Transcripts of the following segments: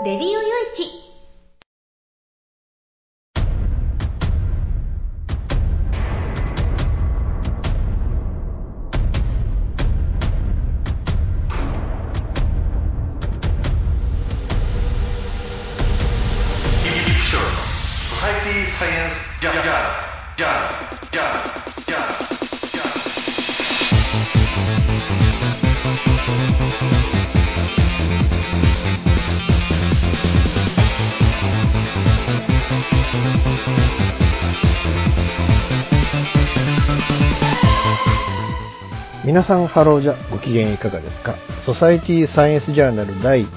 レディオよいち。 皆さんハローじゃご機嫌いかがですか。ソサイティサイエンスジャーナル第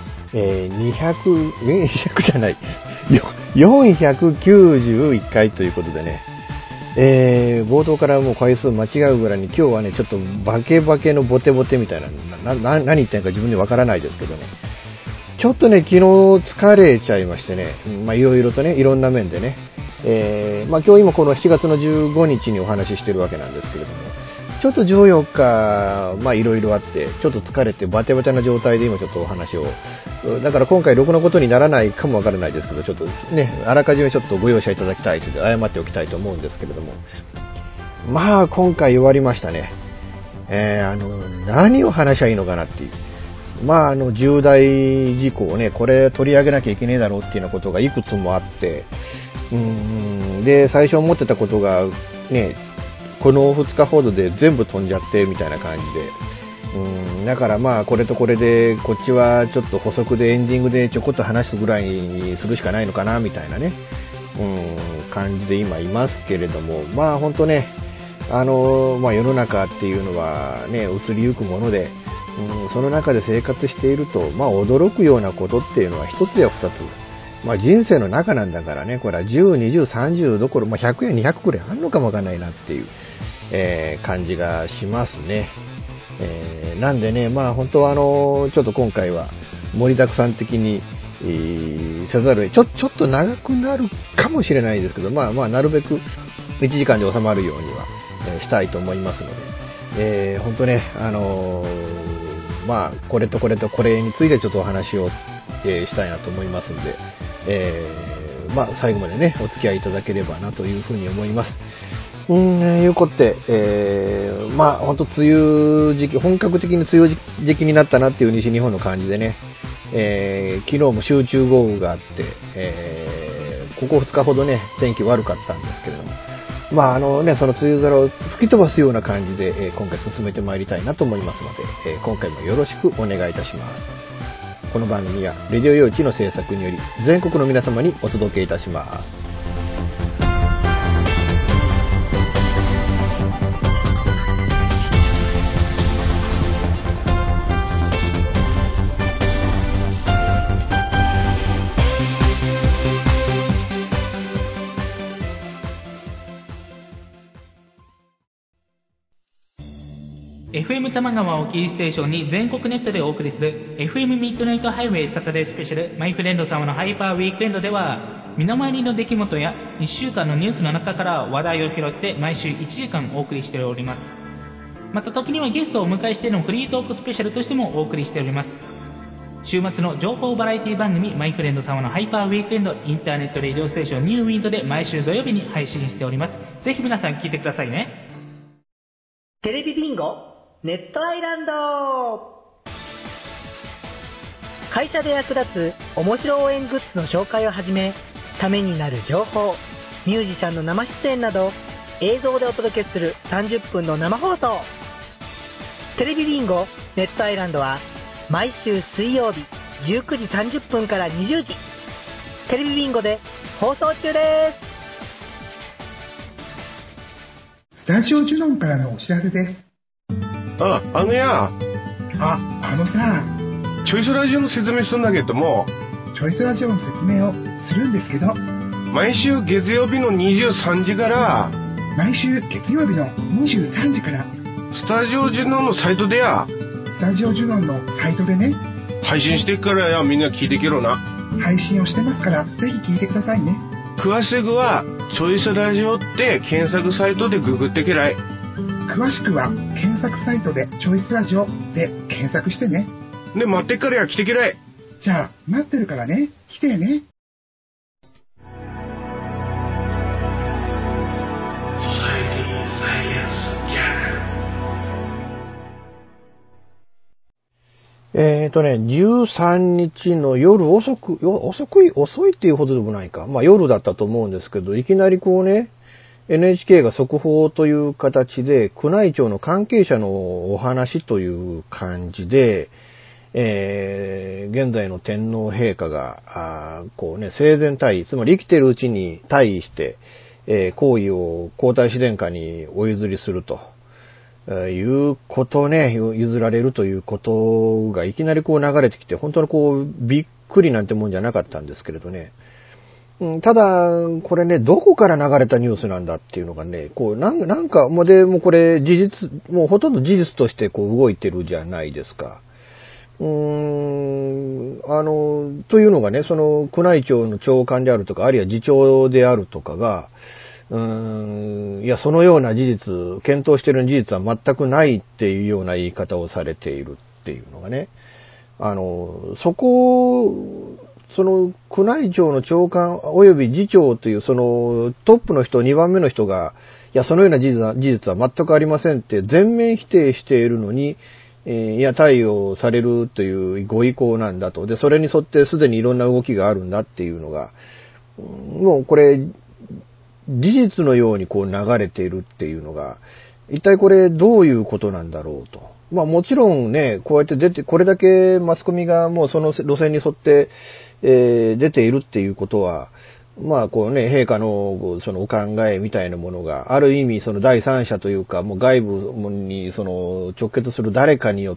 491回ということでね、冒頭からもう回数間違うぐらいに今日はねちょっとバケバケのボテボテみたいな何言ってんか自分でわからないですけどね、ちょっとね昨日疲れちゃいましてね、いろいろとねいろんな面でね、今日今この7月の15日にお話ししてるわけなんですけれども、ちょっと14日、いろいろあって、ちょっと疲れてバテバテな状態で今ちょっとお話を、だから今回ろくなことにならないかもわからないですけど、ちょっとね、あらかじめちょっとご容赦いただきたいという謝っておきたいと思うんですけれども、今回終わりましたね。何を話しゃいいのかなっていう。重大事項をね、これ取り上げなきゃいけねえだろうっていうようなことがいくつもあって、で、最初思ってたことがね、この2日ほどで全部飛んじゃってみたいな感じで、だからこれとこれでこっちはちょっと補足でエンディングでちょこっと話すぐらいにするしかないのかなみたいなね、感じで今いますけれども、本当ね、世の中っていうのはね移りゆくもので、その中で生活していると驚くようなことっていうのは一つや二つ。人生の中なんだからね、これは10、20、30どころ、100や200くらいあるのかもわかんないなっていう、感じがしますね。なんでね、本当はちょっと今回は盛りだくさん的に、せざるをちょっと長くなるかもしれないですけど、なるべく1時間で収まるようには、したいと思いますので、本当ね、これとこれとこれについてちょっとお話を、したいなと思いますので、最後までねお付き合いいただければなというふうに思います。いうことで、本当梅雨時期、本格的に梅雨時期になったなっていう西日本の感じでね、昨日も集中豪雨があって、ここ2日ほどね天気悪かったんですけれども、その梅雨空を吹き飛ばすような感じで、今回進めてまいりたいなと思いますので、今回もよろしくお願いいたします。この番組はレディオよいちの制作により全国の皆様にお届けいたします。 FM 多摩川をキーステーションに全国ネットでお送りする FM ミッドナイトハイウェイサタデースペシャルマイフレンド様のハイパーウィークエンドでは、身の回りの出来事や1週間のニュースの中から話題を拾って毎週1時間お送りしております。また時にはゲストをお迎えしてのフリートークスペシャルとしてもお送りしております。週末の情報バラエティ番組マイフレンド様のハイパーウィークエンド、インターネットレディオステーションニューウィンドで毎週土曜日に配信しております。ぜひ皆さん聞いてくださいね。 テレビビンゴネットアイランド。会社で役立つ面白応援グッズの紹介をはじめ、ためになる情報、ミュージシャンの生出演など映像でお届けする30分の生放送。テレビビンゴネットアイランドは毎週水曜日19時30分から20時、テレビビンゴで放送中です。 スタジオジュノンからのお知らせです。 あのさ、 チョイスラジオの説明するんだけども、 チョイスラジオの説明をするんですけど、 毎週月曜日の23時から毎週月曜日の23時からスタジオジュノンのサイトでスタジオジュノンのサイトでね配信してっからみんな聞いてけろな。 配信をしてますから、ぜひ聞いてくださいね。 詳しくはチョイスラジオって検索サイトでググってけらい。 詳しくは検索サイトでチョイスラジオで検索してね。 で待ってっから来てけらい。 じゃあ、待ってるからね。来てね。 13日の夜遅いっていうほどでもないか。まあ夜だったと思うんですけど、いきなりこうね、NHK が速報という形で、宮内庁の関係者のお話という感じで、現在の天皇陛下が、こうね、生前退位、つまり生きているうちに退位して、皇位を皇太子殿下にお譲りすると。いうことね、譲られるということがいきなりこう流れてきて、本当にこう、びっくりなんてもんじゃなかったんですけれどね。ただ、これね、どこから流れたニュースなんだっていうのがね、こう、なんか、もうこれもうほとんど事実としてこう動いてるじゃないですか。というのがね、その宮内庁の長官であるとか、あるいは次長であるとかが、いや、そのような事実、検討している事実は全くないっていうような言い方をされているっていうのがね、その宮内庁の長官及び次長というそのトップの人、2番目の人が、いや、そのような事実は全くありませんって全面否定しているのに、いや、対応されるというご意向なんだと。で、それに沿ってすでにいろんな動きがあるんだっていうのが、もうこれ、事実のようにこう流れているっていうのが、一体これどういうことなんだろうと。まあもちろんね、こうやってこれだけマスコミがもうその路線に沿って、出ているっていうことは、まあこうね、陛下のそのお考えみたいなものが、ある意味その第三者というか、もう外部にその直結する誰かによって、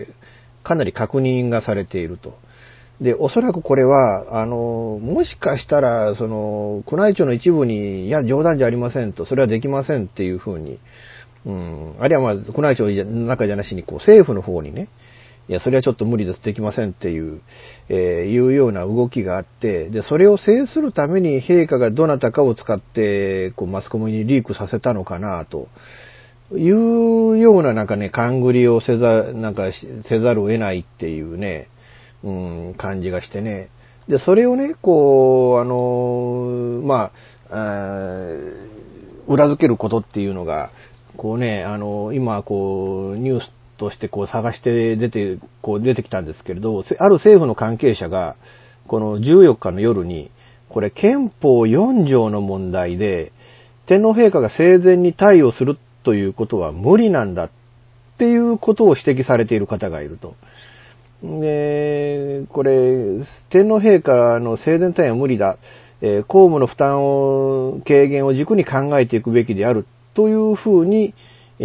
かなり確認がされていると。で、おそらくこれは、もしかしたら、その、宮内庁の一部に、いや、冗談じゃありませんと、それはできませんっていうふうに、あるいはまあ、宮内庁の中じゃなしに、こう、政府の方にね、いや、それはちょっと無理です、できませんっていう、いうような動きがあって、で、それを制するために陛下がどなたかを使って、こう、マスコミにリークさせたのかな、というようななんかね、勘繰りをせざるを得ないっていうね、感じがしてね。で、それをね、こう、裏付けることっていうのが、こうね、今、こう、ニュースとしてこう探して出てきたんですけれど、ある政府の関係者が、この14日の夜に、これ憲法4条の問題で、天皇陛下が生前に退位をするということは無理なんだっていうことを指摘されている方がいると。で、これ、天皇陛下の生前退位は無理だ。公務の負担軽減を軸に考えていくべきであるというふうに、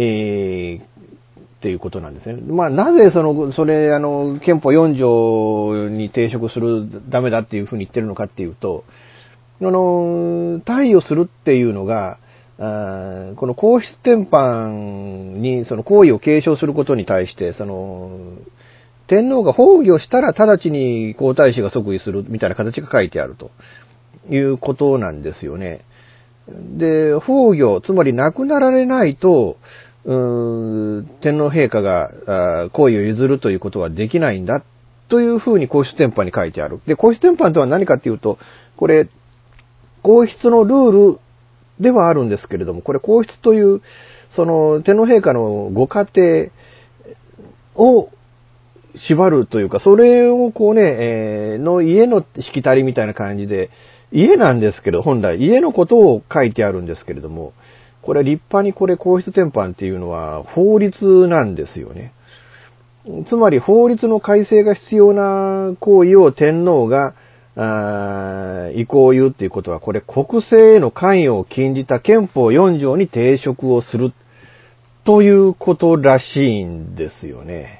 っていうことなんですね。まあ、なぜ憲法4条に抵触する、ダメだっていうふうに言ってるのかっていうと、退位をするっていうのが、この皇室典範にその皇位を継承することに対して、天皇が崩御したら直ちに皇太子が即位するみたいな形が書いてあるということなんですよね。で、崩御、つまり亡くなられないと、天皇陛下が皇位を譲るということはできないんだというふうに皇室典範に書いてある。で、皇室典範とは何かっていうと、これ、皇室のルールではあるんですけれども、これ皇室という、天皇陛下のご家庭を縛るというか、それをこうね、の家のしきたりみたいな感じで、家なんですけど、本来家のことを書いてあるんですけれども、これ立派にこれ皇室典範っていうのは法律なんですよね。つまり法律の改正が必要な行為を天皇が意向を言うっていうことは、これ国政への関与を禁じた憲法4条に抵触をするということらしいんですよね。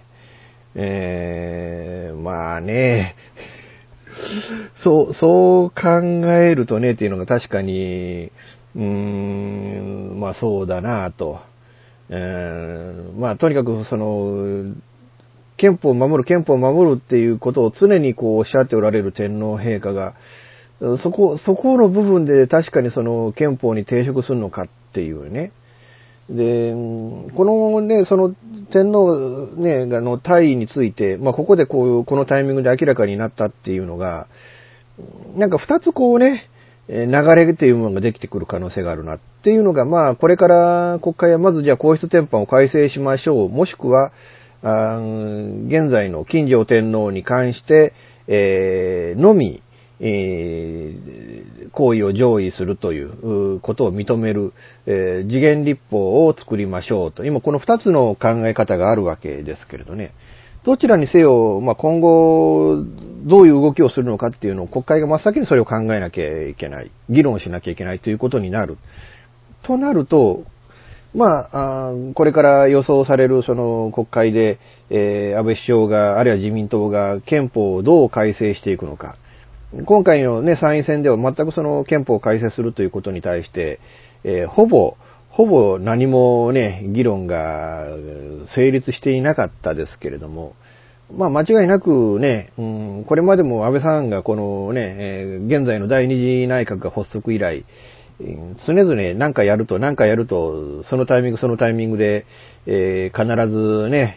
まあね、そう考えるとねっていうのが確かに、まあそうだなと。まあとにかく憲法を守るっていうことを常にこうおっしゃっておられる天皇陛下が、そこの部分で確かに憲法に抵触するのかっていうね。 で、このね、その天皇ね、退位について、まあ、ここでこのタイミングで明らかになったっていうのが、なんか二つこうね、流れっていうものができてくる可能性があるなっていうのが、まあ、これから国会はまずじゃあ皇室典範を改正しましょう。もしくは、現在の金城天皇に関して、のみ、行為を上位するということを認める、次元立法を作りましょうと。今この二つの考え方があるわけですけれどね。どちらにせよ、まあ、今後どういう動きをするのかっていうのを国会が真っ先にそれを考えなきゃいけない。議論しなきゃいけないということになる。となると、まあ、これから予想されるその国会で、安倍首相が、あるいは自民党が憲法をどう改正していくのか。今回のね、参院選では全くその憲法を改正するということに対して、ほぼ何もね、議論が成立していなかったですけれども、まあ間違いなくね、これまでも安倍さんがこのね、現在の第二次内閣が発足以来、常々何かやると、そのタイミングで、必ずね、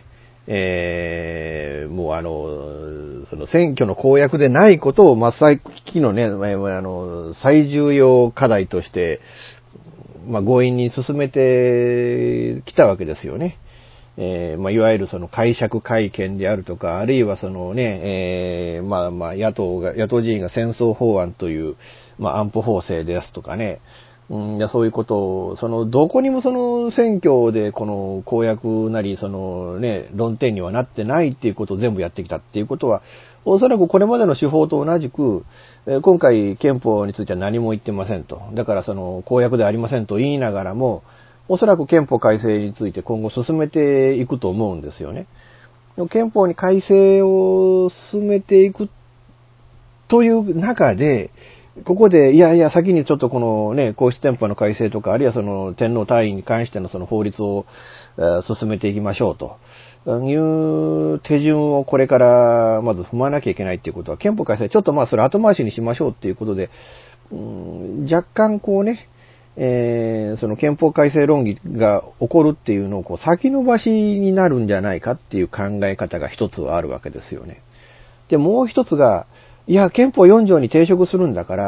もうその選挙の公約でないことを真っ先のね、最重要課題として、まあ強引に進めてきたわけですよね。まあいわゆるその解釈改憲であるとか、あるいはそのね、まあ野党議員が戦争法案という、まあ安保法制ですとかね。そういうことを、どこにもその選挙でこの公約なり、そのね、論点にはなってないっていうことを全部やってきたっていうことは、おそらくこれまでの手法と同じく、今回憲法については何も言ってませんと。だからその公約ではありませんと言いながらも、おそらく憲法改正について今後進めていくと思うんですよね。憲法に改正を進めていくという中で、ここで、いや、先にちょっとこのね、皇室典範の改正とか、あるいはその天皇退位に関してのその法律を進めていきましょうという手順をこれからまず踏まなきゃいけないっていうことは、憲法改正ちょっとまあそれ後回しにしましょうっていうことで、若干こうね、その憲法改正論議が起こるっていうのをこう先延ばしになるんじゃないかっていう考え方が一つはあるわけですよね。で、もう一つが、いや、憲法4条に抵触するんだから、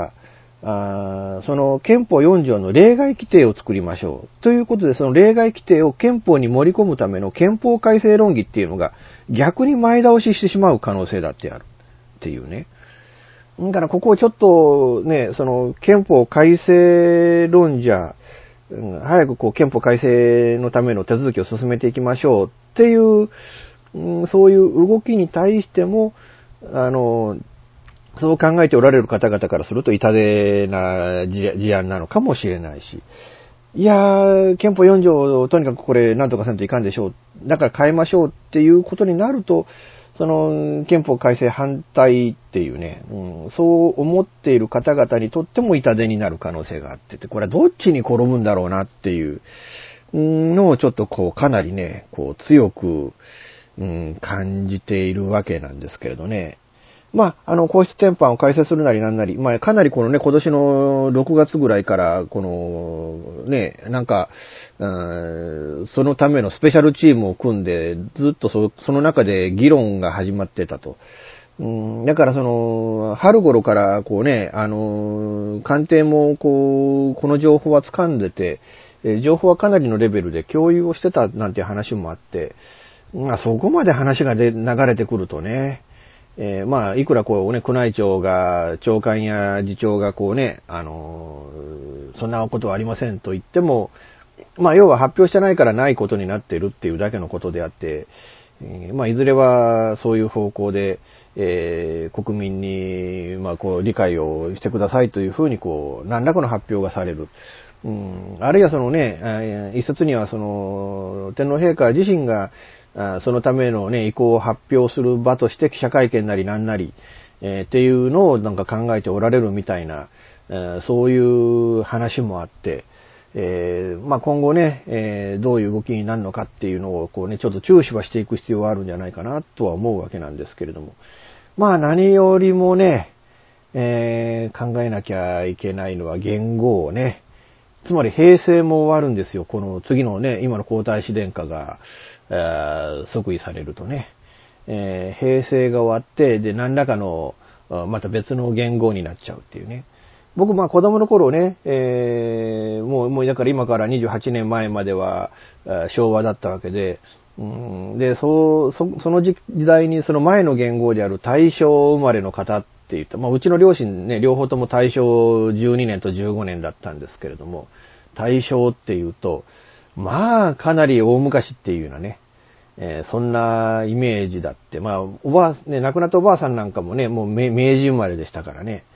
その憲法4条の例外規定を作りましょう。ということで、その例外規定を憲法に盛り込むための憲法改正論議っていうのが逆に前倒ししてしまう可能性だってあるっていうね。だからここをちょっとね、その憲法改正論じゃ、早くこう憲法改正のための手続きを進めていきましょうっていう、そういう動きに対しても、そう考えておられる方々からすると痛手な事案なのかもしれないし、いやー、憲法4条をとにかくこれ何とかせんといかんでしょう。だから変えましょうっていうことになると、その憲法改正反対っていうね、そう思っている方々にとっても痛手になる可能性があってて、これはどっちに転ぶんだろうなっていうのをちょっとこうかなりね、こう強く、感じているわけなんですけれどね。まあ、皇室典範を改正するなりなんなり、まあ、かなりこのね、今年の6月ぐらいから、この、ね、なんか、そのためのスペシャルチームを組んで、ずっとその中で議論が始まってたと。だからその、春頃から、こうね、官邸も、この情報は掴んでて、情報はかなりのレベルで共有をしてたなんていう話もあって、まあ、そこまで話が流れてくるとね、まあ、いくらこうね、宮内庁が、長官や次長がこうね、そんなことはありませんと言っても、まあ、要は発表してないからないことになっているっていうだけのことであって、まあ、いずれはそういう方向で、国民に、まあ、こう、理解をしてくださいというふうに、こう、何らかの発表がされる。あるいはそのね、一説にはその、天皇陛下自身が、そのためのね、意向を発表する場として記者会見なりなんなり、っていうのをなんか考えておられるみたいな、そういう話もあって、まあ今後ね、どういう動きになるのかっていうのをこうね、ちょっと注視はしていく必要はあるんじゃないかなとは思うわけなんですけれども。まあ何よりもね、考えなきゃいけないのは言語をね、 つまり平成も終わるんですよ。この次のね、今の皇太子殿下が、即位されるとね、平成が終わって、で、何らかの、また別の元号になっちゃうっていうね。僕、子供の頃ね、もうだから今から28年前までは昭和だったわけで、で、その時代にその前の元号である大正生まれの方って言った、うちの両親ね、両方とも大正12年と15年だったんですけれども、大正っていうと、かなり大昔っていうようなね、そんなイメージだって、亡くなったおばあさんなんかもね、もう明治生まれでしたからね、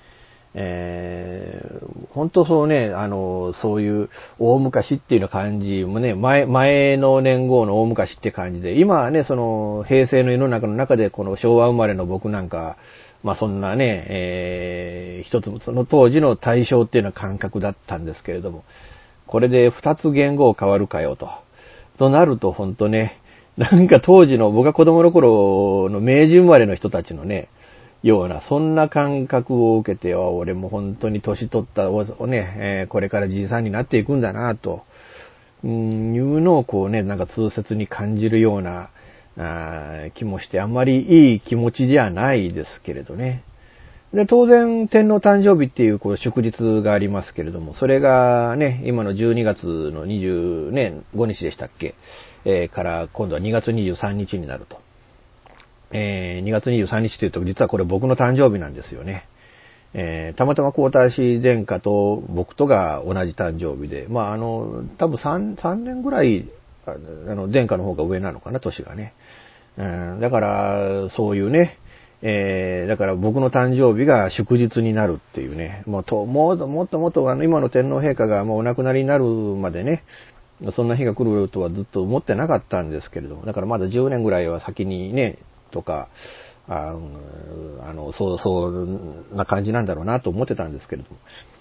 本当そうね、そういう大昔っていうような感じもね、前の年号の大昔って感じで、今はね、その平成の世の中の中でこの昭和生まれの僕なんか、そんなね、一つその当時の大正っていうような感覚だったんですけれども、これで二つ元号変わるかよとなると本当ね、なんか当時の僕が子供の頃の明治生まれの人たちのね、ような、そんな感覚を受けては、俺も本当に年取ったね、これからじいさんになっていくんだな、というのをこうね、なんか痛切に感じるような気もして、あんまりいい気持ちではないですけれどね。で、当然、天皇誕生日っていうこう祝日がありますけれども、それがね、今の12月の25日でしたっけ、から今度は2月23日になると。2月23日というと、実はこれ僕の誕生日なんですよね。たまたま皇太子殿下と僕とが同じ誕生日で、多分3年ぐらい、殿下の方が上なのかな、年がね。だから、そういうね、だから僕の誕生日が祝日になるっていうね、もっともっと今の天皇陛下がもうお亡くなりになるまでね、そんな日が来るとはずっと思ってなかったんですけれども、だからまだ10年ぐらいは先にね、とか、そうな感じなんだろうなと思ってたんですけれど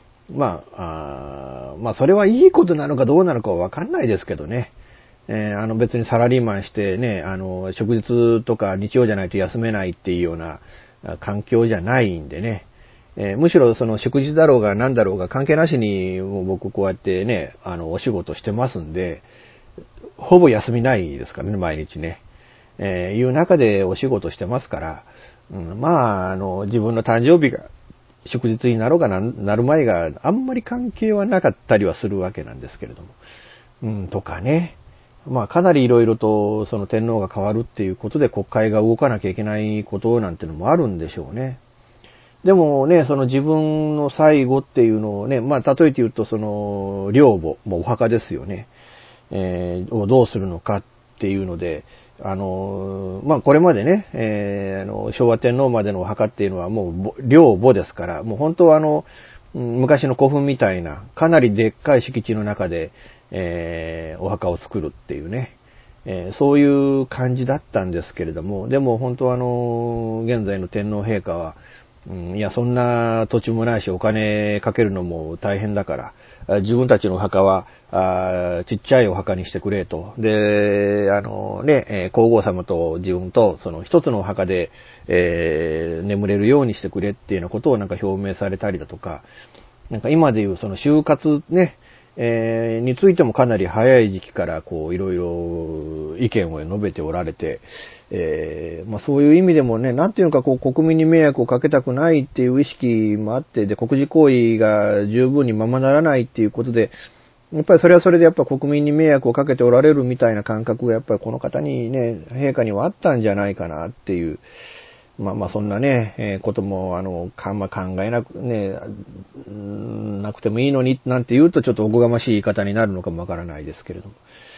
も。それはいいことなのかどうなのかはわかんないですけどね。別にサラリーマンしてね、祝日とか日曜じゃないと休めないっていうような環境じゃないんでね。むしろその祝日だろうが何だろうが関係なしにもう僕こうやってね、お仕事してますんで、ほぼ休みないですからね、毎日ね。いう中でお仕事してますから、自分の誕生日が祝日になろうがなる前があんまり関係はなかったりはするわけなんですけれども。とかね。かなり色々とその天皇が変わるっていうことで国会が動かなきゃいけないことなんてのもあるんでしょうね。でもね、その自分の最後っていうのをね、例えて言うとその陵墓、お墓ですよね。をどうするのかっていうので、これまでね、昭和天皇までのお墓っていうのはもう陵墓ですから、もう本当は昔の古墳みたいな、かなりでっかい敷地の中で、お墓を作るっていうね、そういう感じだったんですけれども、でも本当は現在の天皇陛下は、いや、そんな土地もないしお金かけるのも大変だから、自分たちのお墓は、ちっちゃいお墓にしてくれと。で、皇后様と自分と、その一つのお墓で、眠れるようにしてくれっていうようなことをなんか表明されたりだとか、なんか今でいうその就活ね、についてもかなり早い時期からこういろいろ意見を述べておられて、そういう意味でもね、なんていうのかこう国民に迷惑をかけたくないっていう意識もあって、で、国事行為が十分にままならないっていうことで、やっぱりそれはそれでやっぱ国民に迷惑をかけておられるみたいな感覚がやっぱりこの方にね、陛下にはあったんじゃないかなっていう、そんなね、ことも考えなくね、なくてもいいのになんて言うとちょっとおこがましい言い方になるのかもわからないですけれど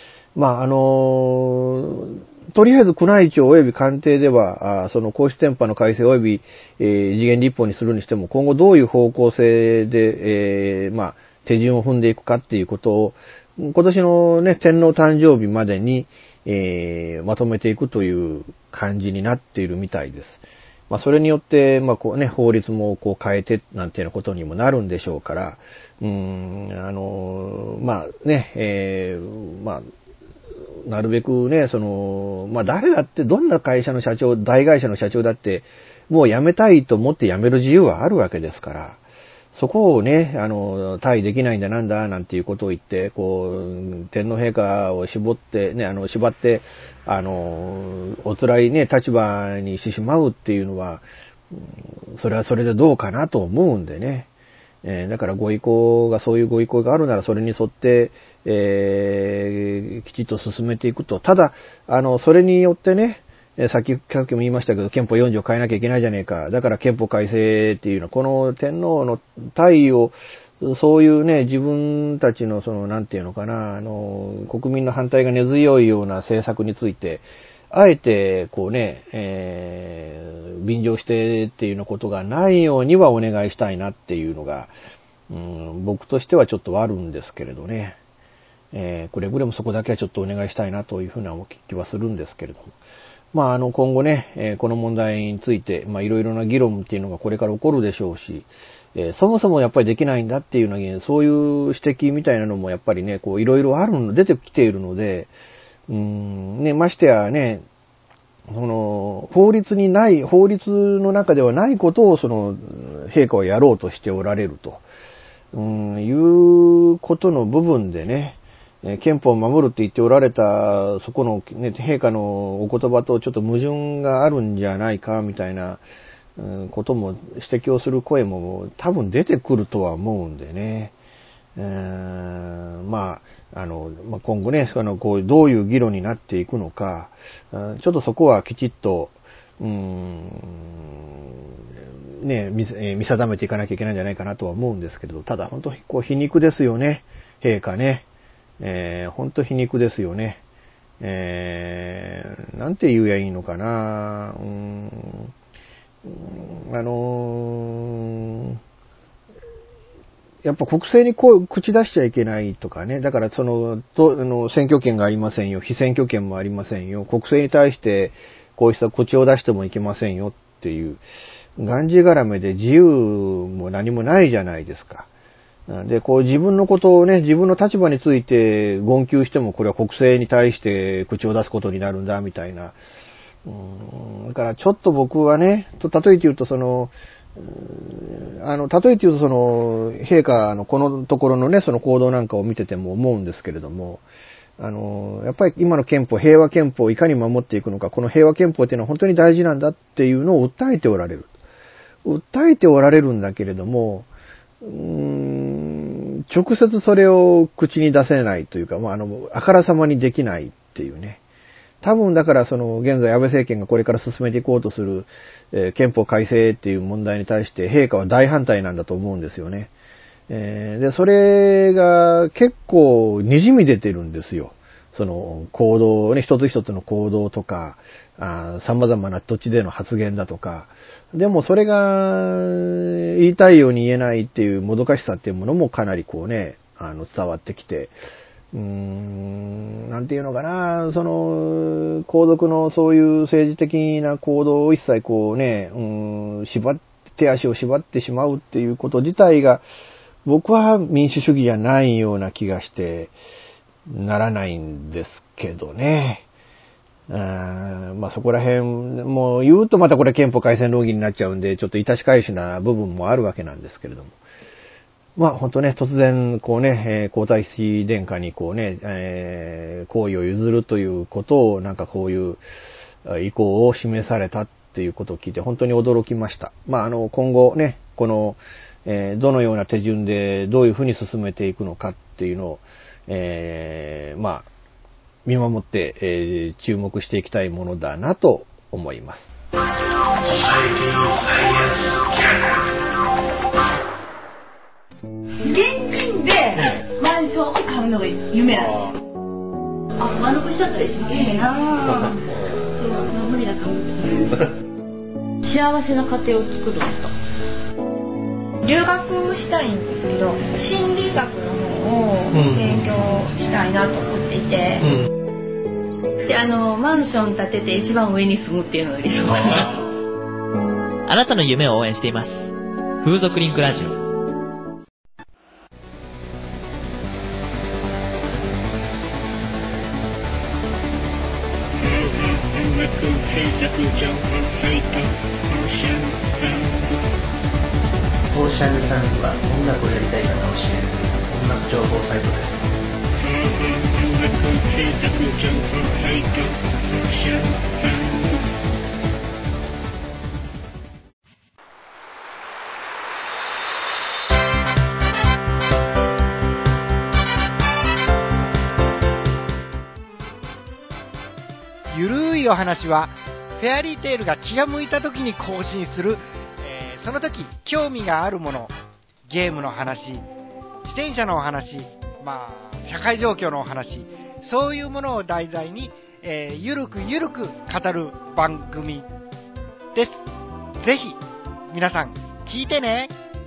も。とりあえず宮内庁及び官邸では、その皇室典範の改正及び、次元立法にするにしても、今後どういう方向性で、手順を踏んでいくかっていうことを、今年のね、天皇誕生日までに、まとめていくという感じになっているみたいです。それによって、こうね、法律もこう変えてなんていうようなことにもなるんでしょうから、なるべくね、誰だって、どんな会社の社長、大会社の社長だって、もう辞めたいと思って辞める自由はあるわけですから、 そこをね、退位できないんだなんだ、なんていうことを言って、こう、天皇陛下を縛って、お辛いね、立場にしてしまうっていうのは、それはそれでどうかなと思うんでね。だからそういうご意向があるならそれに沿って、きちっと進めていくと。ただ、それによってね、さっきも言いましたけど、憲法4条変えなきゃいけないじゃねえか。だから憲法改正っていうのは、この天皇の退位を、そういうね、自分たちのなんていうのかな、国民の反対が根強いような政策について、あえて、こうね、便乗してっていうようなことがないようにはお願いしたいなっていうのが、僕としてはちょっとあるんですけれどね。くれぐれもそこだけはちょっとお願いしたいなというふうな気はするんですけれども。まあ、今後ね、この問題について、まあ、いろいろな議論っていうのがこれから起こるでしょうし、そもそもやっぱりできないんだっていうのに、そういう指摘みたいなのもやっぱりね、こういろいろ出てきているので、ね、ましてやね、法律の中ではないことを陛下はやろうとしておられると、いうことの部分でね、憲法を守るって言っておられた、そこの、ね、陛下のお言葉とちょっと矛盾があるんじゃないか、みたいな、ことも指摘をする声も多分出てくるとは思うんでね。まあ、今後ね、こう、どういう議論になっていくのか、ちょっとそこはきちっと、ね、見定めていかなきゃいけないんじゃないかなとは思うんですけれど、ただ本当にこう皮肉ですよね、陛下ね。本当皮肉ですよね。なんて言うやいいのかな。やっぱ国政に口出しちゃいけないとかね。だから選挙権がありませんよ。被選挙権もありませんよ。国政に対してこうした口を出してもいけませんよっていう、がんじがらめで自由も何もないじゃないですか。で、こう自分のことをね、自分の立場について言及してもこれは国政に対して口を出すことになるんだみたいな。だからちょっと僕はね、例えて言うと陛下のこのところのね、その行動なんかを見てても思うんですけれども、やっぱり今の憲法、平和憲法をいかに守っていくのか、この平和憲法っていうのは本当に大事なんだっていうのを訴えておられる。訴えておられるんだけれども、直接それを口に出せないというか、あからさまにできないっていうね。多分だから現在安倍政権がこれから進めていこうとする、憲法改正っていう問題に対して陛下は大反対なんだと思うんですよね。で、それが結構滲み出てるんですよ。行動ね、一つ一つの行動とか、様々な土地での発言だとか、でもそれが言いたいように言えないっていうもどかしさっていうものもかなりこうね、伝わってきて、なんていうのかな、皇族のそういう政治的な行動を一切こうね、手足を縛ってしまうっていうこと自体が、僕は民主主義じゃないような気がしてならないんですけどね。そこら辺もう言うとまたこれ憲法改正論議になっちゃうんで、ちょっと致し返しな部分もあるわけなんですけれども。本当ね、突然こうね、皇太子殿下にこうね、行為を譲るということをなんかこういう意向を示されたっていうことを聞いて本当に驚きました。今後ね、このどのような手順でどういうふうに進めていくのかっていうのを、見守って、注目していきたいものだなと思います。 現金でマンションを買うのが夢なんですよ。丸腰だったら一番いいな。そう、無理だと思ってた。幸せな家庭を作るんですか？留学したいんですけど、心理学の方を勉強したいなと思っていて、でマンション建てて一番上に住むっていうのが理想かな。 あなたの夢を応援しています。風俗リンクラジオ。 制作情報サイト、オーシャンサウンド放射線さんには音楽をやりたい方を支援する音楽情報サイトです。 ゆるいお話はフェアリーテールが気が向いた時に更新する、その時興味があるもの、ゲームの話、自転車のお話、社会状況のお話、そういうものを題材に、ゆるくゆるく語る番組です。ぜひ皆さん聞いてね。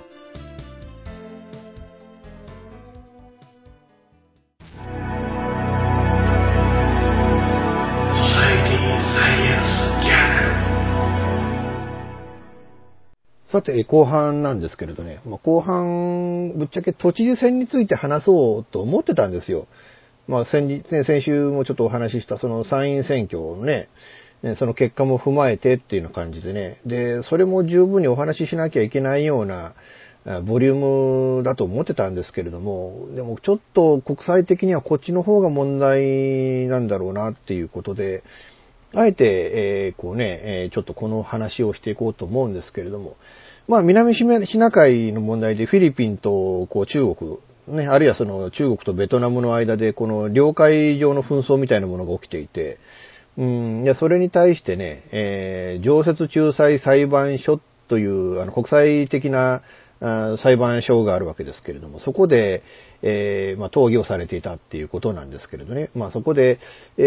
さて、後半なんですけれどね、後半、ぶっちゃけ都知事選について話そうと思ってたんですよ。先週もちょっとお話しした、その参院選挙のね、その結果も踏まえてっていうような感じでね、で、それも十分にお話ししなきゃいけないような、ボリュームだと思ってたんですけれども、でもちょっと国際的にはこっちの方が問題なんだろうなっていうことで、あえて、ちょっとこの話をしていこうと思うんですけれども、南シナ海の問題でフィリピンと中国、ね、あるいはその中国とベトナムの間でこの領海上の紛争みたいなものが起きていて、それに対してね、常設仲裁裁判所という国際的な裁判所があるわけですけれども、そこで、討議をされていたっていうことなんですけれどね。そこで、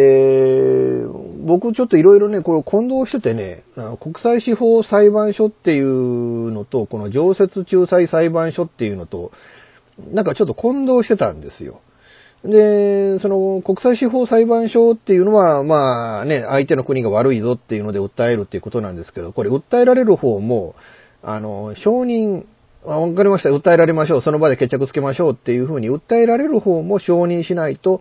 僕ちょっといろいろね、これ混同しててね、国際司法裁判所っていうのと、この常設仲裁裁判所っていうのと、なんかちょっと混同してたんですよ。で、その国際司法裁判所っていうのは、相手の国が悪いぞっていうので訴えるっていうことなんですけど、これ訴えられる方も、承認、わかりました、訴えられましょう、その場で決着つけましょうっていうふうに訴えられる方も承認しないと、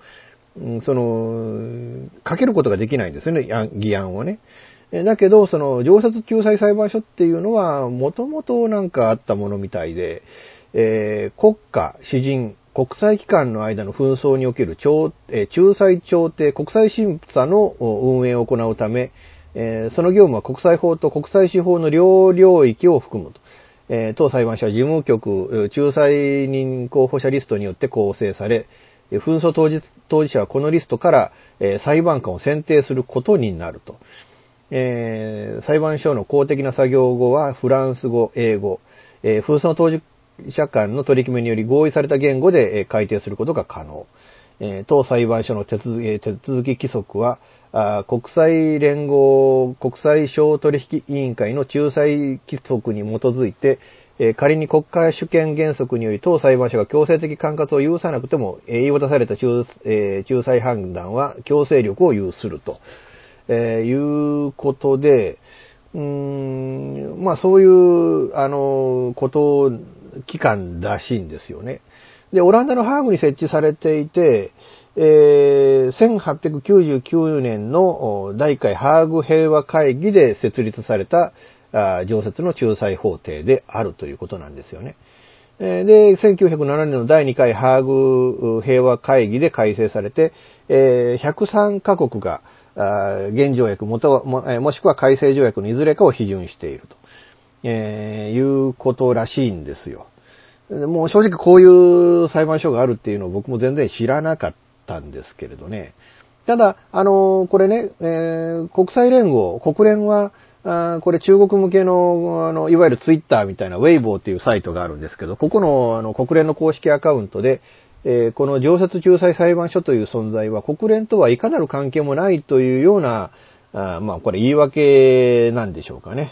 かけることができないんですよね、議案をね。だけど、その常設仲裁裁判所っていうのは、もともとなんかあったものみたいで、国家、私人、国際機関の間の紛争における仲裁調停、国際審査の運営を行うため、その業務は国際法と国際司法の両領域を含むと。当裁判所は事務局、仲裁人候補者リストによって構成され、紛争当事者はこのリストから、裁判官を選定することになると。裁判所の公的な作業語はフランス語、英語、紛争当事者間の取り決めにより合意された言語で改定することが可能。当裁判所の手続き規則は、国際連合国際商取引委員会の仲裁規則に基づいて、仮に国家主権原則により当裁判所が強制的管轄を有さなくても、言い渡された仲裁判断は強制力を有すると、いうことで、そういう機関らしいんですよね。で、オランダのハーグに設置されていて、1899年の第1回ハーグ平和会議で設立された常設の仲裁法廷であるということなんですよね。で、1907年の第2回ハーグ平和会議で改正されて、103カ国が現条約もしくは改正条約のいずれかを批准していると、いうことらしいんですよ。もう正直こういう裁判所があるっていうのを僕も全然知らなかったんですけれどね。ただ、これね、国際連合、国連は、これ中国向けの、いわゆるツイッターみたいなウェイボーっていうサイトがあるんですけど、ここの、国連の公式アカウントで、この常設仲裁裁判所という存在は国連とはいかなる関係もないというような、これ言い訳なんでしょうかね。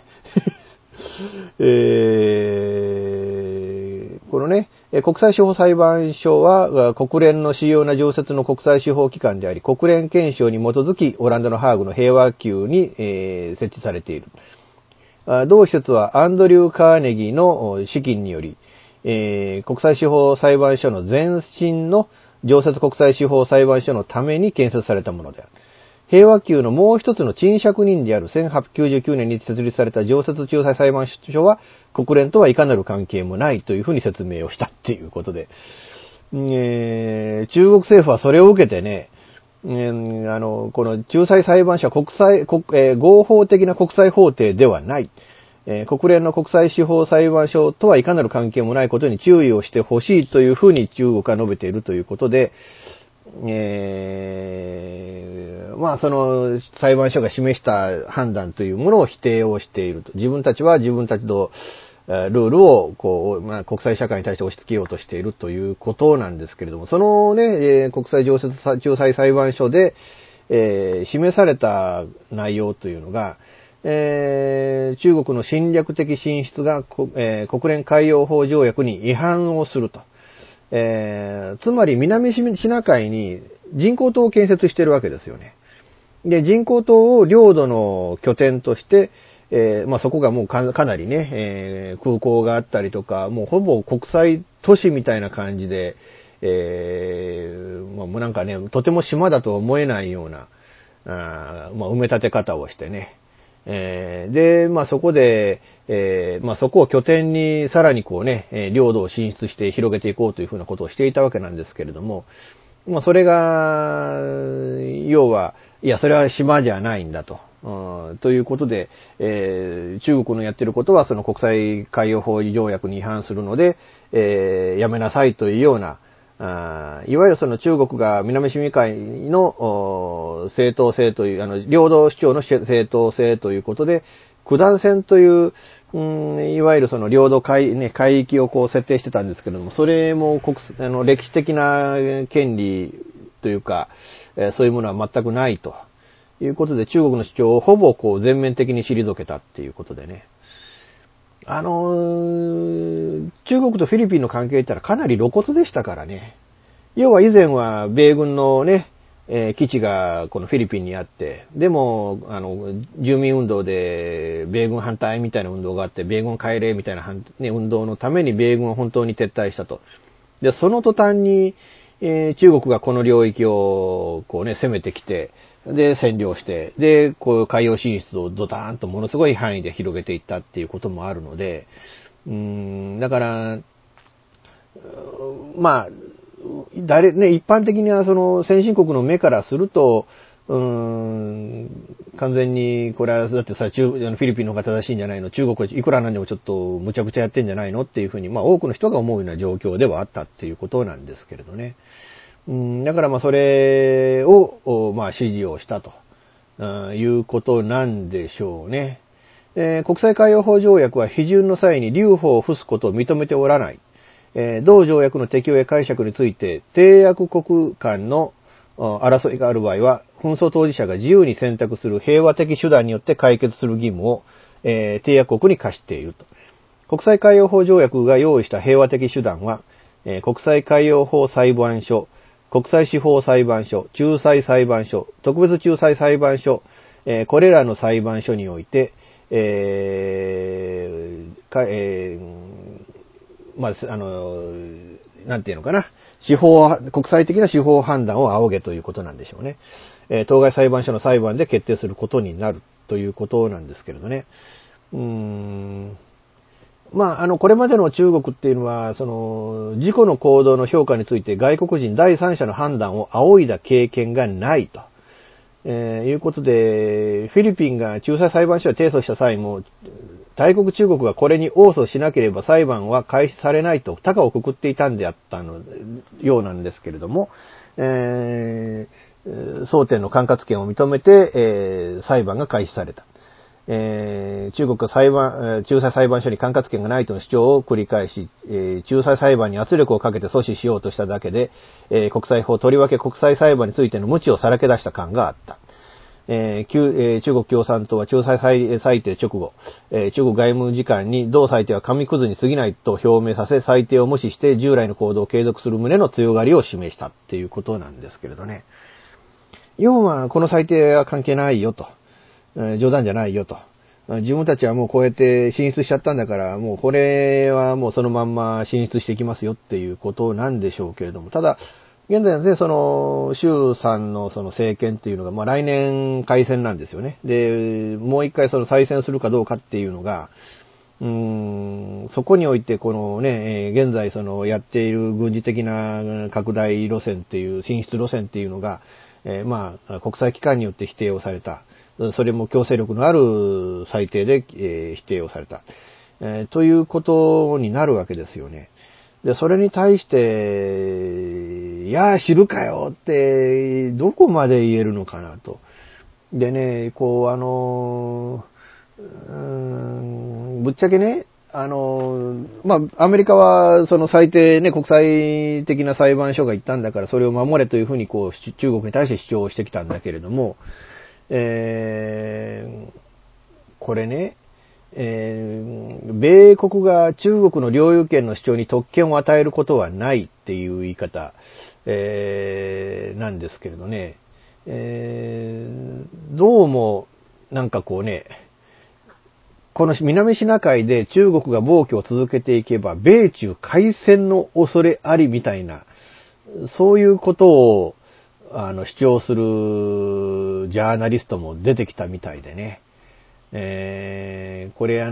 このね、国際司法裁判所は国連の主要な常設の国際司法機関であり、国連憲章に基づきオランダのハーグの平和宮に、設置されている。同施設はアンドリュー・カーネギーの資金により、国際司法裁判所の前身の常設国際司法裁判所のために建設されたものであ平和宮のもう一つの賃借人である1899年に設立された常設仲裁裁判所は国連とはいかなる関係もないというふうに説明をしたっていうことで、中国政府はそれを受けてね、この仲裁裁判所は合法的な国際法廷ではない。国連の国際司法裁判所とはいかなる関係もないことに注意をしてほしいというふうに中国は述べているということで、まあその裁判所が示した判断というものを否定をしていると。自分たちは自分たちのルールを国際社会に対して押し付けようとしているということなんですけれども、そのね、国際常設仲裁裁判所で、示された内容というのが、中国の侵略的進出が、国連海洋法条約に違反をすると。つまり南シナ海に人工島を建設しているわけですよね。で、人工島を領土の拠点として、まあそこがもうかなりね、空港があったりとか、もうほぼ国際都市みたいな感じで、もうなんかね、とても島だとは思えないような、まあ埋め立て方をしてね。で、まあそこで、まあそこを拠点にさらにこうね、領土を進出して広げていこうというふうなことをしていたわけなんですけれども、まあそれが、要は、いや、それは島じゃないんだと。ということで、中国のやってることはその国際海洋法条約に違反するので、やめなさいというような、いわゆるその中国が南シナ海の正当性という、領土主張の正当性ということで、九段線という、いわゆるその領土海域をこう設定してたんですけれども、それも歴史的な権利というか、そういうものは全くないということで、中国の主張をほぼこう全面的に退けたっていうことでね。中国とフィリピンの関係ってのはかなり露骨でしたからね。要は以前は米軍のね、基地がこのフィリピンにあって、でも、住民運動で米軍反対みたいな運動があって、米軍帰れみたいな、ね、運動のために米軍は本当に撤退したと。で、その途端に、中国がこの領域をこうね、攻めてきて、で、占領して、で、こう海洋進出をドターンとものすごい範囲で広げていったっていうこともあるので、だから、まあ、ね、一般的にはその先進国の目からすると、完全に、これはだってさ、フィリピンの方が正しいんじゃないの、中国はいくらなんでもちょっとむちゃくちゃやってんじゃないのっていうふうに、まあ多くの人が思うような状況ではあったっていうことなんですけれどね。だからまあそれを、まあ支持をしたと、いうことなんでしょうね。国際海洋法条約は批准の際に留保を付すことを認めておらない。同条約の適用や解釈について、締約国間の争いがある場合は、紛争当事者が自由に選択する平和的手段によって解決する義務を、締約国に課していると。国際海洋法条約が用意した平和的手段は、国際海洋法裁判所、国際司法裁判所、仲裁裁判所、特別仲裁裁判所、これらの裁判所において、まあ、なんていうのかな、国際的な司法判断を仰げということなんでしょうね。当該裁判所の裁判で決定することになるということなんですけれどね。まあ、これまでの中国っていうのは、その、自己の行動の評価について外国人第三者の判断を仰いだ経験がないと。いうことで、フィリピンが仲裁裁判所を提訴した際も、大国中国がこれに応訴しなければ裁判は開始されないと高をくくっていたんであったようなんですけれども、争点の管轄権を認めて、裁判が開始された。中国が仲裁裁判所に管轄権がないとの主張を繰り返し、仲裁裁判に圧力をかけて阻止しようとしただけで、国際法、とりわけ国際裁判についての無知をさらけ出した感があった。中国共産党は仲裁裁定直後、中国外務次官に同裁定は紙くずに過ぎないと表明させ、裁定を無視して従来の行動を継続する旨の強がりを示したっていうことなんですけれどね。要は、この裁定は関係ないよと。冗談じゃないよと。自分たちはもうこうやって進出しちゃったんだから、もうこれはもうそのまんま進出していきますよっていうことなんでしょうけれども、ただ、 現在はね、その、衆参のその政権っていうのが、まあ来年改選なんですよね。で、もう一回その再選するかどうかっていうのが、そこにおいてこのね、現在そのやっている軍事的な拡大路線っていう、進出路線っていうのが、まあ、国際機関によって否定をされた。それも強制力のある裁定で、否定をされた。ということになるわけですよね。で、それに対して、いや、知るかよって、どこまで言えるのかなと。でね、こう、ぶっちゃけね、まあ、アメリカは、その最低ね、国際的な裁判所が言ったんだから、それを守れというふうに、こう、中国に対して主張してきたんだけれども、これね、米国が中国の領有権の主張に特権を与えることはないっていう言い方、なんですけれどね、どうも、なんかこうね、この南シナ海で中国が暴挙を続けていけば、米中開戦の恐れありみたいな、そういうことを、主張するジャーナリストも出てきたみたいでね。これ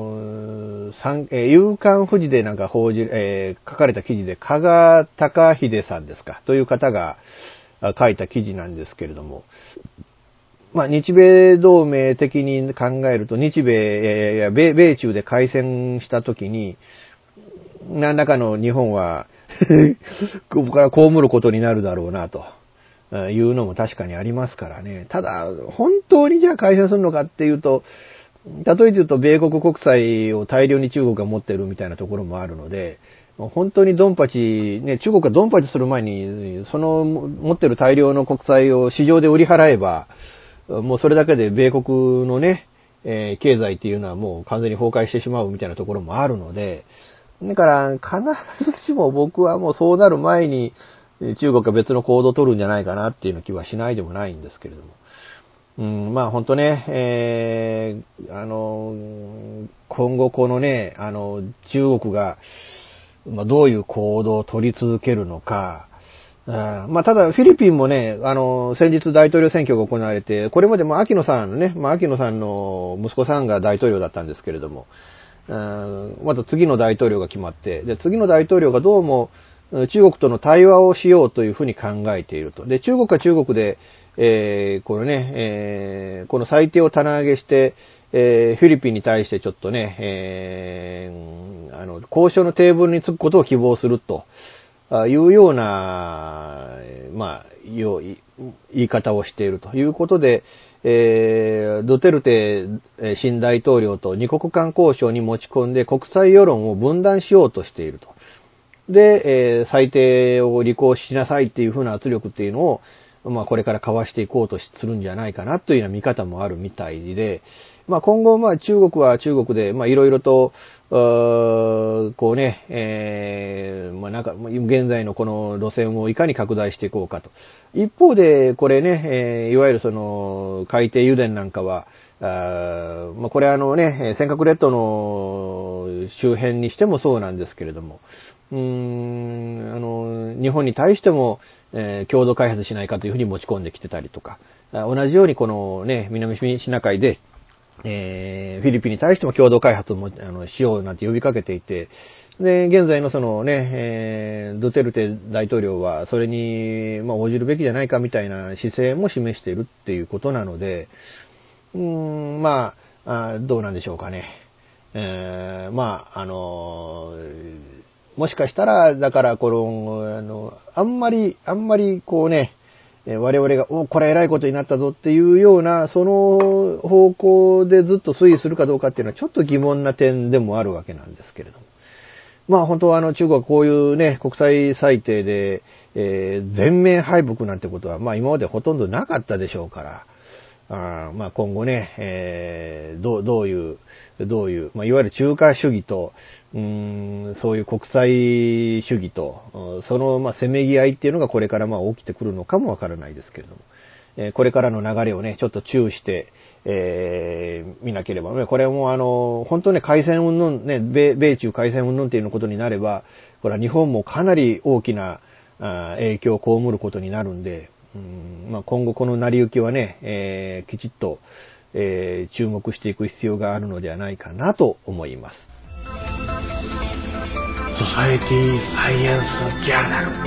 夕刊富士でなんか書かれた記事で、加賀隆秀さんですか、という方が書いた記事なんですけれども、まあ、日米同盟的に考えると、米中で開戦したときに、何らかの日本は、ここから被ることになるだろうな、というのも確かにありますからね。ただ、本当にじゃあ開戦するのかっていうと、例えて言うと、米国国債を大量に中国が持ってるみたいなところもあるので、本当にドンパチ、ね、中国がドンパチする前に、その持ってる大量の国債を市場で売り払えば、もうそれだけで米国のね、経済っていうのはもう完全に崩壊してしまうみたいなところもあるので、だから必ずしも僕はもうそうなる前に中国が別の行動を取るんじゃないかなっていうの気はしないでもないんですけれども。まあ本当ね、今後このね、中国が、まあ、どういう行動を取り続けるのか、まあ、ただ、フィリピンもね、先日大統領選挙が行われて、これまでもアキノさんのね、まあ、アキノさんの息子さんが大統領だったんですけれども、また次の大統領が決まって、で、次の大統領がどうも、中国との対話をしようというふうに考えていると。で、中国は中国で、このね、この裁定を棚上げして、フィリピンに対してちょっとね、交渉のテーブルにつくことを希望すると。いうような、まあ、言い方をしているということで、ドテルテ新大統領と二国間交渉に持ち込んで国際世論を分断しようとしていると。で、裁定を履行しなさいっていうふうな圧力っていうのを、まあ、これから交わしていこうとするんじゃないかなというような見方もあるみたいで、まあ、今後、まあ、中国は中国で、まあ、いろいろと、こうね、まあ、なんか、現在のこの路線をいかに拡大していこうかと。一方で、これね、いわゆるその、海底油田なんかは、まあ、これね、尖閣列島の周辺にしてもそうなんですけれども、日本に対しても、共同開発しないかというふうに持ち込んできてたりとか、同じようにこのね、南シナ海で、フィリピンに対しても共同開発をしようなんて呼びかけていて、で、現在のそのね、ドゥテルテ大統領はそれに、まあ、応じるべきじゃないかみたいな姿勢も示しているっていうことなので、まあ、どうなんでしょうかね。まあ、もしかしたら、だから、この、あんまり、こうね、我々が、これ偉いことになったぞっていうような、その方向でずっと推移するかどうかっていうのはちょっと疑問な点でもあるわけなんですけれども。まあ本当は中国はこういうね、国際裁定で、全面敗北なんてことは、まあ今までほとんどなかったでしょうから、まあ今後ね、どういう、まあいわゆる中華主義と、そういう国際主義と、そのまあせめぎ合いっていうのがこれからまあ起きてくるのかもわからないですけれども、これからの流れをね、ちょっと注意して、見なければね、これも本当ね、開戦云々ね、米中開戦云々っていうことになれば、これは日本もかなり大きな、 影響を被ることになるんで、今後この成り行きはね、きちっと、注目していく必要があるのではないかなと思います。 ソサエティサイエンスジャーナル。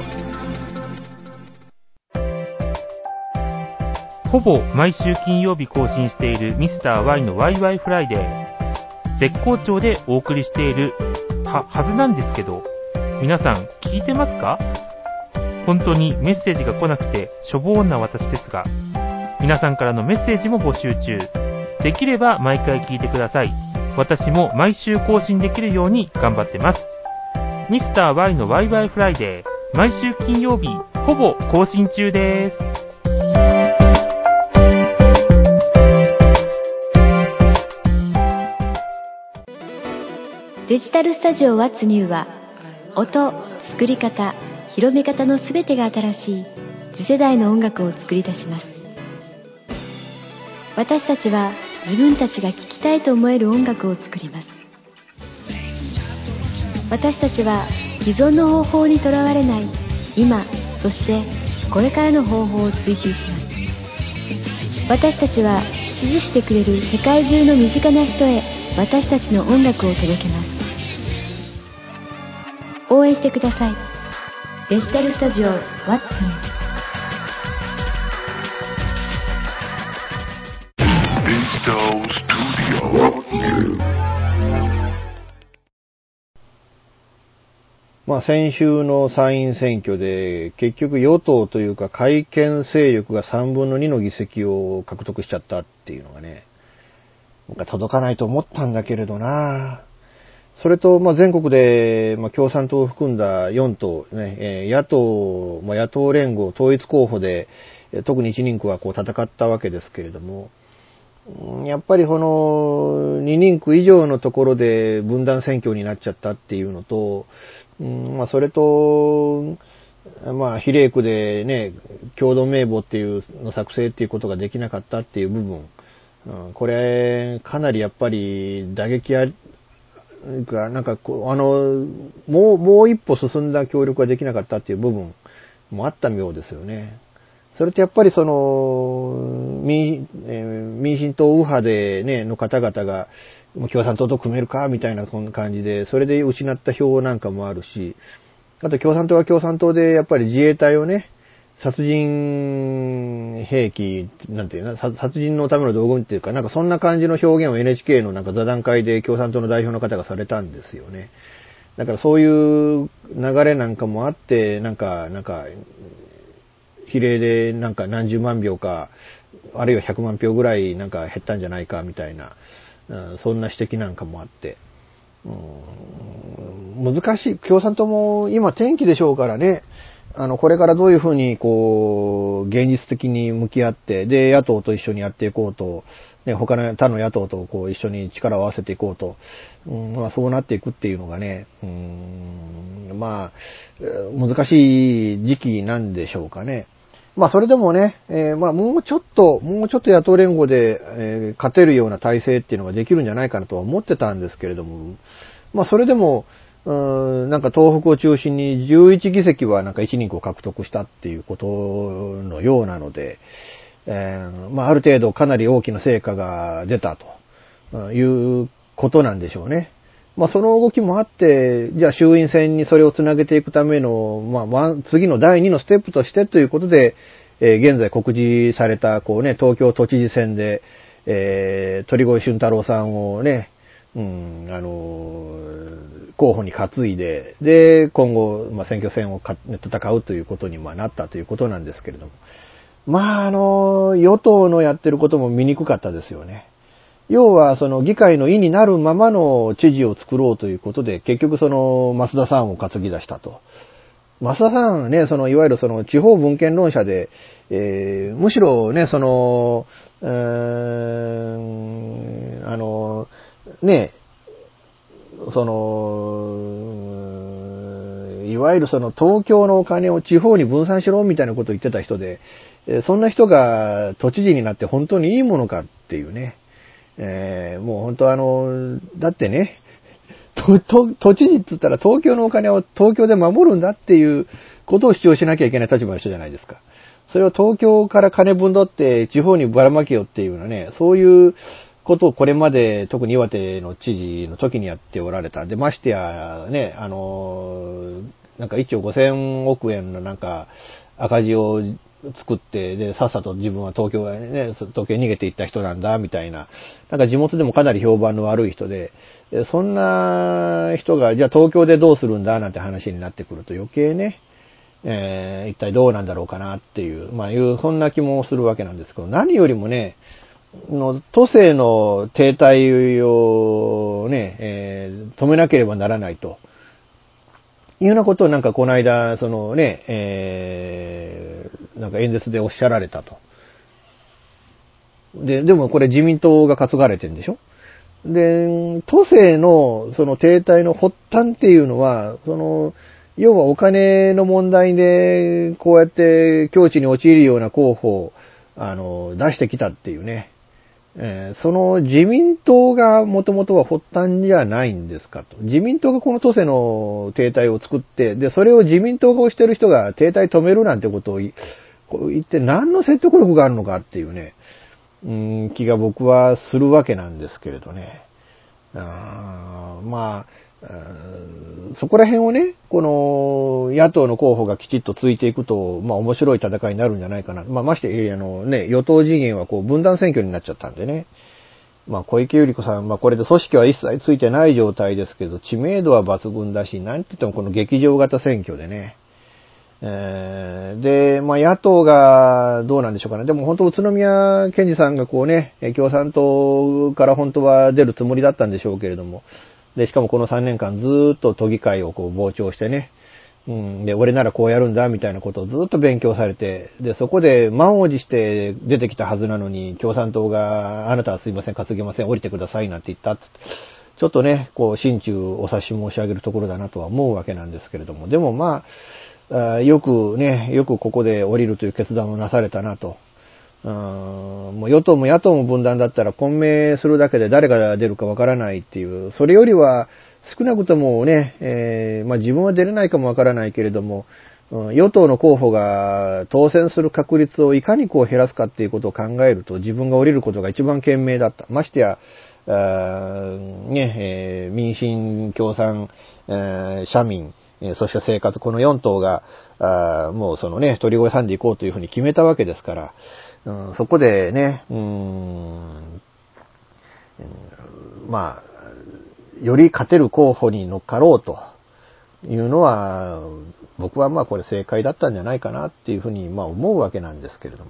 ほぼ毎週金曜日更新しているミスター Y のワイワイフライデー。絶好調でお送りしているはずなんですけど、皆さん聞いてますか？本当にメッセージが来なくてしょぼーんな私ですが、皆さんからのメッセージも募集中。できれば毎回聞いてください。私も毎週更新できるように頑張ってます。ミスター Y のワイワイフライデー、毎週金曜日ほぼ更新中です。 デジタルスタジオ What's New は、音、作り方、広め方のすべてが新しい次世代の音楽を作り出します。私たちは自分たちが聴きたいと思える音楽を作ります。私たちは既存の方法にとらわれない今、そしてこれからの方法を追求します。私たちは支持してくれる世界中の身近な人へ私たちの音楽を届けます。応援してください。デジタルスタジオ What's New。 先週の参院選挙で結局与党というか改憲勢力が3分の2の議席を獲得しちゃったっていうのがね、届かないと思ったんだけれどな。それと全国で共産党を含んだ4党ね、野党連合統一候補で特に1人区は戦ったわけですけれども、やっぱりこの2人区以上のところで分断選挙になっちゃったっていうのと、それと比例区でね共同名簿っていうの作成っていうことができなかったっていう部分、これかなりやっぱり打撃もう一歩進んだ協力ができなかったっていう部分もあったようですよね。それとやっぱりその民進党右派でねの方々が共産党と組めるかみたいな感じで、それで失った票なんかもあるし、あと共産党は共産党でやっぱり自衛隊をね殺人兵器なんていうな、殺人のための道具っていうかそんな感じの表現を NHK の座談会で共産党の代表の方がされたんですよね。だからそういう流れなんかもあって、比例で何十万票か、あるいは100万票ぐらい減ったんじゃないかみたいな、そんな指摘なんかもあって、難しい。共産党も今転機でしょうからね、これからどういうふうに現実的に向き合って、で野党と一緒にやっていこうと、ね、他の他の野党と一緒に力を合わせていこうと、そうなっていくっていうのがね、難しい時期なんでしょうかね。それでもね、もうちょっと野党連合で、勝てるような体制っていうのができるんじゃないかなとは思ってたんですけれども、それでも、東北を中心に11議席は1人区を獲得したっていうことのようなので、ある程度かなり大きな成果が出たということなんでしょうね。その動きもあって、じゃあ衆院選にそれをつなげていくための、次の第2のステップとしてということで、現在告示された、東京都知事選で、鳥越俊太郎さんをね、候補に担いで、で、今後、選挙戦を戦うということになったということなんですけれども。与党のやってることも醜かったですよね。要は、議会の意になるままの知事を作ろうということで、結局増田さんを担ぎ出したと。増田さんはね、いわゆる地方分権論者で、むしろね、いわゆる東京のお金を地方に分散しろみたいなことを言ってた人で、そんな人が都知事になって本当にいいものかっていうね。もう本当だってね、都知事って言ったら東京のお金を東京で守るんだっていう、 ことを主張しなきゃいけない立場の人じゃないですか。それを東京から金分取って地方にばらまけよっていうのはね、そういうことをこれまで特に岩手の知事の時にやっておられた。で、ましてやね、なんか1兆5000億円のなんか赤字を作って、で、さっさと自分は東京に逃げていった人なんだ、みたいな。なんか地元でもかなり評判の悪い人で、そんな人が、じゃあ東京でどうするんだ、なんて話になってくると余計ね、一体どうなんだろうかなっていう、そんな気もするわけなんですけど、何よりもね、都政の停滞をね、止めなければならないと。いうようなことをなんかこの間、なんか演説でおっしゃられたと。でもこれ自民党が担がれてるんでしょ？で、都政のその停滞の発端っていうのは、要はお金の問題で、こうやって境地に陥るような候補を、出してきたっていうね。その自民党がもともとは発端じゃないんですかと。自民党がこの都政の停滞を作って、で、それを自民党が推してる人が停滞止めるなんてことを言って何の説得力があるのかっていうね、気が僕はするわけなんですけれどね。そこら辺をね、この野党の候補がきちっとついていくと、面白い戦いになるんじゃないかな。まして、与党陣営はこう分断選挙になっちゃったんでね。小池百合子さん、これで組織は一切ついてない状態ですけど、知名度は抜群だし、なんて言ってもこの劇場型選挙でね。で、野党がどうなんでしょうかね。でも本当、宇都宮健児さんがこうね、共産党から本当は出るつもりだったんでしょうけれども、で、しかもこの3年間ずーっと都議会をこう傍聴してね、で、俺ならこうやるんだみたいなことをずーっと勉強されて、で、そこで満を持して出てきたはずなのに、共産党があなたはすいません、担げません、降りてくださいなんて言ったって、ちょっとね、こう、心中お察し申し上げるところだなとは思うわけなんですけれども、でもよくここで降りるという決断をなされたなと。もう与党も野党も分断だったら混迷するだけで誰が出るかわからないっていう、それよりは少なくともね、自分は出れないかもわからないけれども、与党の候補が当選する確率をいかにこう減らすかっていうことを考えると、自分が降りることが一番賢明だった。ましてや、民進、共産、社民、そして生活、この4党が、もう鳥越さんでいこうというふうに決めたわけですから、そこでね、より勝てる候補に乗っかろうというのは、僕はこれ正解だったんじゃないかなっていうふうに思うわけなんですけれども。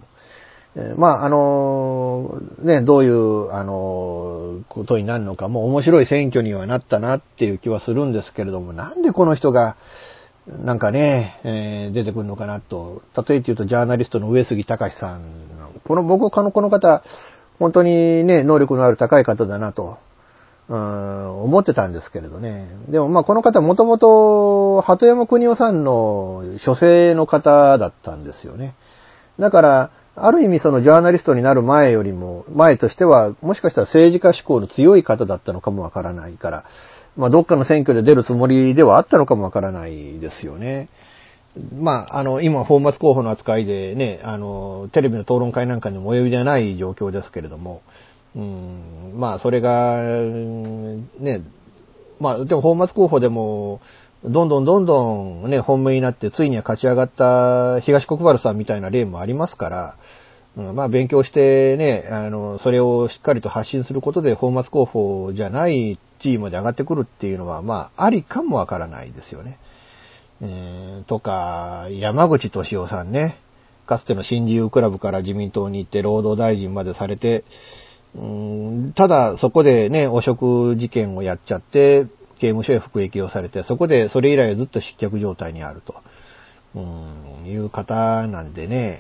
どういう、ことになるのか、もう面白い選挙にはなったなっていう気はするんですけれども、なんでこの人が、なんかね、出てくるのかなと。例えて言うと、ジャーナリストの上杉隆さん。この方、本当にね、能力のある高い方だなと、思ってたんですけれどね。でもこの方、もともと、鳩山邦夫さんの書生の方だったんですよね。だから、ある意味ジャーナリストになる前としては、もしかしたら政治家志向の強い方だったのかもわからないから、どっかの選挙で出るつもりではあったのかもわからないですよね。今、フォーマス候補の扱いでね、テレビの討論会なんかにもお呼びでない状況ですけれども、それが、ね、でもフォーマス候補でも、どんどんね、本命になって、ついには勝ち上がった東国原さんみたいな例もありますから、勉強してね、それをしっかりと発信することで、フォーマス候補じゃない地位まで上がってくるっていうのは、ありかもわからないですよね。とか、山口俊夫さんね、かつての新自由クラブから自民党に行って労働大臣までされて、ただそこでね、汚職事件をやっちゃって、刑務所へ服役をされて、それ以来ずっと失脚状態にあると、いう方なんでね、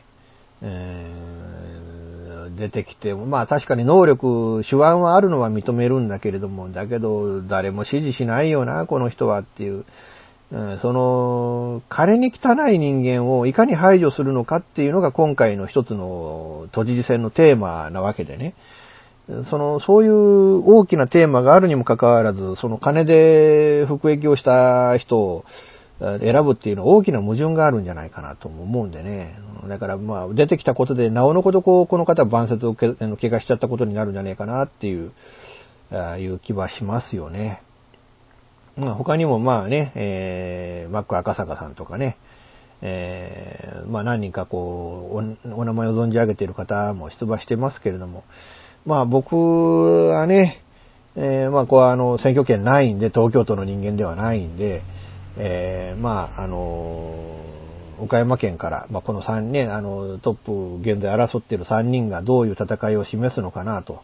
出てきても、確かに能力、手腕はあるのは認めるんだけれども、だけど誰も支持しないよな、この人はっていう、彼に汚い人間をいかに排除するのかっていうのが今回の一つの都知事選のテーマなわけでね。そういう大きなテーマがあるにもかかわらず、金で服役をした人を、 選ぶっていうのは大きな矛盾があるんじゃないかなと思うんでね。だからまあ出てきたことでなおのことこの方は万節を怪我しちゃったことになるんじゃないかなっていう気はしますよね。まあ他にもまあね、マック赤坂さんとかね、まあ何人かお名前を存じ上げている方も出馬してますけれども、まあ僕はね、まあ選挙権ないんで、東京都の人間ではないんで、まあ岡山県から、まあこの3人、トップ現在争っている3人がどういう戦いを示すのかなと。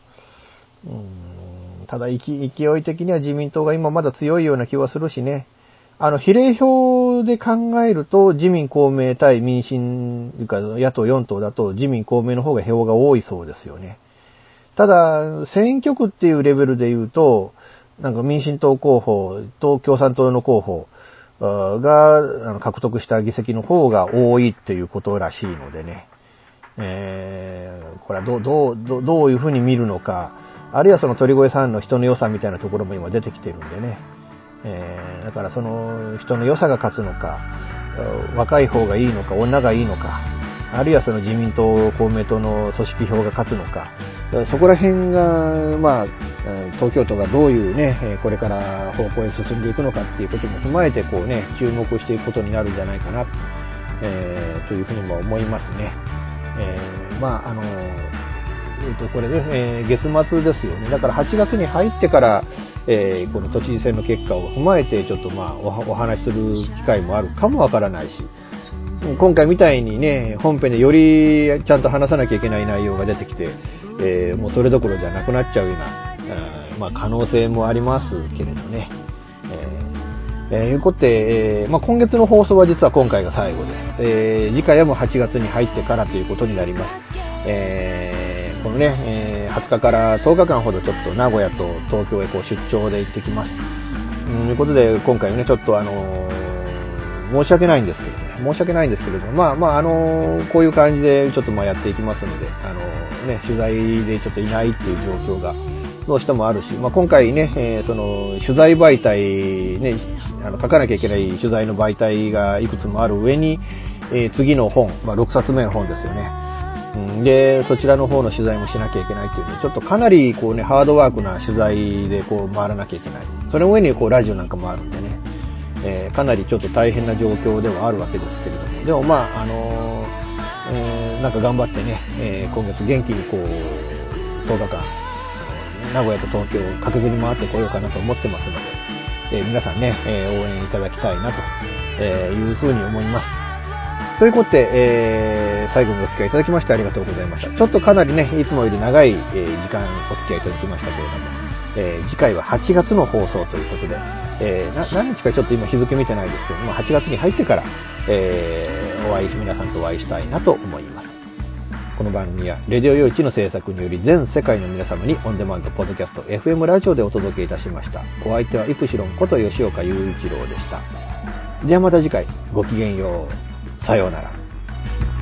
ただ勢い的には自民党が今まだ強いような気はするしね。比例票で考えると自民公明対民進というか野党4党だと自民公明の方が票が多いそうですよね。ただ選挙区っていうレベルで言うとなんか民進党候補と共産党の候補が獲得した議席の方が多いっていうことらしいのでね。これはどういうふうに見るのか、あるいはその鳥越さんの人の良さみたいなところも今出てきてるんでね。だからその人の良さが勝つのか、若い方がいいのか、女がいいのか、あるいはその自民党、公明党の組織票が勝つのか、そこら辺が、まあ、東京都がどういうね、これから方向へ進んでいくのかっていうことも踏まえて、注目していくことになるんじゃないかな、というふうにも思いますね。まあ、これね、月末ですよね。だから8月に入ってから、この都知事選の結果を踏まえて、ちょっとまあ、お話しする機会もあるかもわからないし、今回みたいにね、本編でよりちゃんと話さなきゃいけない内容が出てきて、もうそれどころじゃなくなっちゃうような、まあ、可能性もありますけれどね。いうことで、まあ、今月の放送は実は今回が最後です。次回はもう8月に入ってからということになります。このね、20日から10日間ほどちょっと名古屋と東京へ出張で行ってきます。ということで、今回ね、ちょっと申し訳ないんですけれども、まあ、こういう感じでちょっとまあやっていきますので、ね、取材でちょっといないっていう状況がどうしてもあるし、まあ、今回ね、その取材媒体ね、書かなきゃいけない取材の媒体がいくつもある上に、次の本、まあ、6冊目の本ですよね。で、そちらの方の取材もしなきゃいけないというので、ちょっとかなりハードワークな取材で回らなきゃいけない。その上にラジオなんかもあるんでね、かなりちょっと大変な状況ではあるわけですけれども、でもまあ、なんか頑張ってね、今月元気に10日間、名古屋と東京を駆けずり回ってこようかなと思ってますので、皆さんね、応援いただきたいなというふうに思います。ということで、最後にお付き合いいただきましてありがとうございました。ちょっとかなりね、いつもより長い、時間お付き合いいただきましたけれども、次回は8月の放送ということで、何日かちょっと今日付見てないですけども、8月に入ってから、皆さんとお会いしたいなと思います。この番組はレディオ用地の制作により全世界の皆様にオンデマンドポッドキャスト FM ラジオでお届けいたしました。お相手はイプシロンこと吉岡雄一郎でした。ではまた次回ごきげんよう。さようなら。